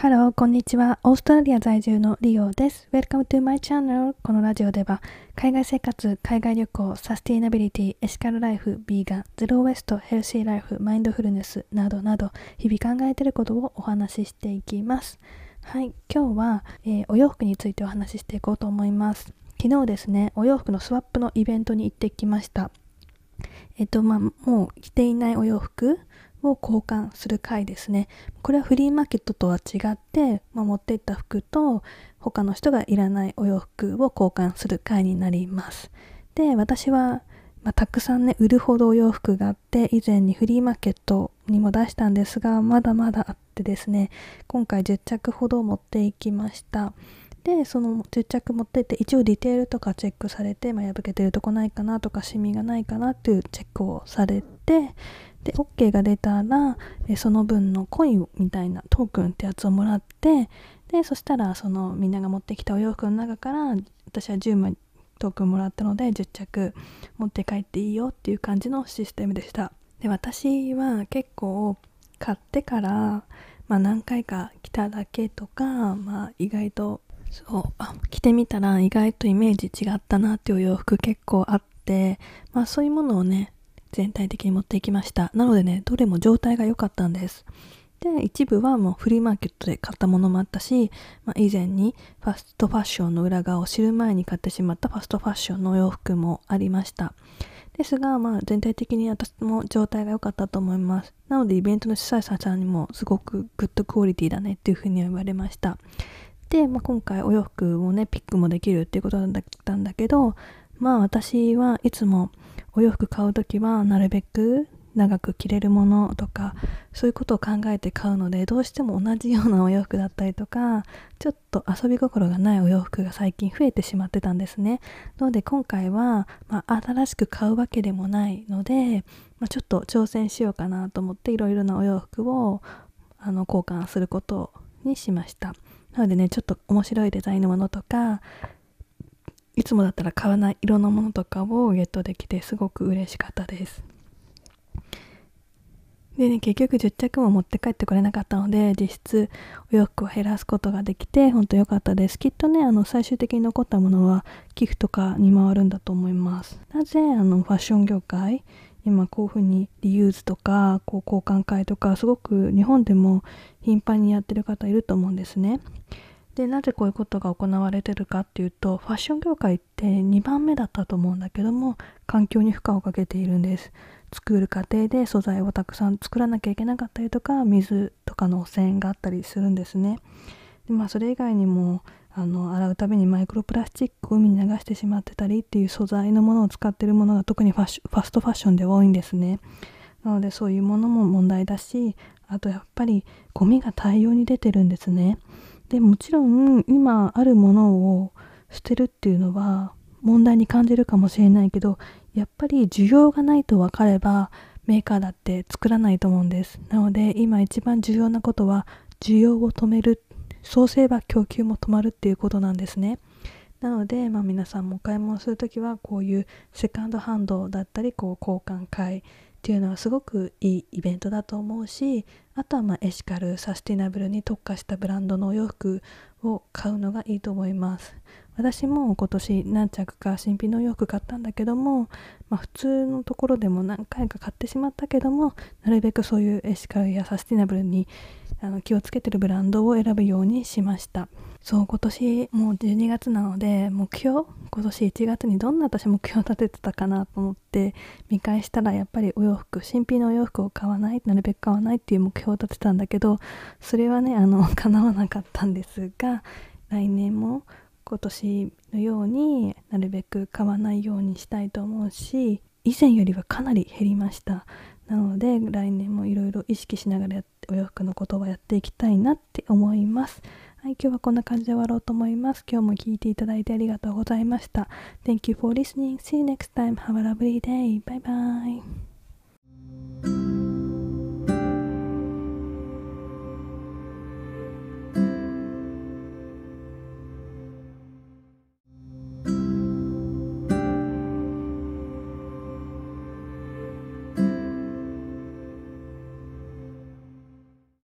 ハロー、こんにちは。オーストラリア在住のリオです。Welcome to my channel。このラジオでは、海外生活、海外旅行、サスティナビリティ、エシカルライフ、ビーガン、ゼロウェスト、ヘルシーライフ、マインドフルネスなどなど、日々考えていることをお話ししていきます。はい、今日は、お洋服についてお話ししていこうと思います。昨日ですね、お洋服のスワップのイベントに行ってきました。もう着ていないお洋服を交換する会ですね。これはフリーマーケットとは違って、持っていった服と他の人がいらないお洋服を交換する会になります。で、私は、たくさんね、売るほどお洋服があって、以前にフリーマーケットにも出したんですが、まだまだあってですね、今回10着ほど持っていきました。で、その10着持ってって一応ディテールとかチェックされて、破けてるとこないかなとかシミがないかなっていうチェックをされて、で OK が出たらその分のコインみたいなトークンってやつをもらって、でそしたらそのみんなが持ってきたお洋服の中から私は10枚トークンもらったので10着持って帰っていいよっていう感じのシステムでした。で、私は結構買ってから何回か着ただけとか、意外と着てみたら意外とイメージ違ったなっていうお洋服結構あって、そういうものをね全体的に持っていきました。なのでね、どれも状態が良かったんです。で、一部はもうフリーマーケットで買ったものもあったし、以前にファストファッションの裏側を知る前に買ってしまったファストファッションのお洋服もありました。ですが、全体的に私も状態が良かったと思います。なのでイベントの主催者さんにもすごくグッドクオリティだねっていうふうに言われました。で、今回お洋服をねピックもできるっていうことだったんだけど、私はいつもお洋服買うときはなるべく長く着れるものとかそういうことを考えて買うので、どうしても同じようなお洋服だったりとかちょっと遊び心がないお洋服が最近増えてしまってたんですね。なので今回は、新しく買うわけでもないので、ちょっと挑戦しようかなと思っていろいろなお洋服を交換することにしました。なのでね、ちょっと面白いデザインのものとかいつもだったら買わない色のものとかをゲットできてすごく嬉しかったです。でね、結局10着も持って帰ってこれなかったので、実質お洋服を減らすことができて本当良かったです。きっとね、最終的に残ったものは寄付とかに回るんだと思います。なぜファッション業界今こういう風にリユーズとか交換会とかすごく日本でも頻繁にやってる方いると思うんですね。で、なぜこういうことが行われてるかっていうと、ファッション業界って2番目だったと思うんだけども、環境に負荷をかけているんです。作る過程で素材をたくさん作らなきゃいけなかったりとか、水とかの汚染があったりするんですね。で、それ以外にも洗うたびにマイクロプラスチックを海に流してしまってたりっていう素材のものを使っているものが特にファストファッションで多いんですね。なのでそういうものも問題だし、あとやっぱりゴミが大量に出てるんですね。でもちろん今あるものを捨てるっていうのは問題に感じるかもしれないけど、やっぱり需要がないと分かればメーカーだって作らないと思うんです。なので今一番重要なことは需要を止める、そうすれば供給も止まるっていうことなんですね。なので、皆さんもお買い物するときはこういうセカンドハンドだったり交換会っていうのはすごくいいイベントだと思うし、あとはエシカルサスティナブルに特化したブランドのお洋服を買うのがいいと思います。私も今年何着か新品のお洋服買ったんだけども、普通のところでも何回か買ってしまったけども、なるべくそういうエシカルやサスティナブルに気をつけてるブランドを選ぶようにしました。そう、今年もう12月なので、今年1月にどんな私目標を立ててたかなと思って見返したら、やっぱり新品のお洋服を買わない、なるべく買わないっていう目標を立てたんだけど、それはね叶わなかったんですが、来年も今年のようになるべく買わないようにしたいと思うし、以前よりはかなり減りました。なので来年もいろいろ意識しながらお洋服のことをやっていきたいなって思います。はい、今日はこんな感じで終わろうと思います。今日も聞いていただいてありがとうございました。Thank you for listening. See you next time. Have a lovely day. Bye bye.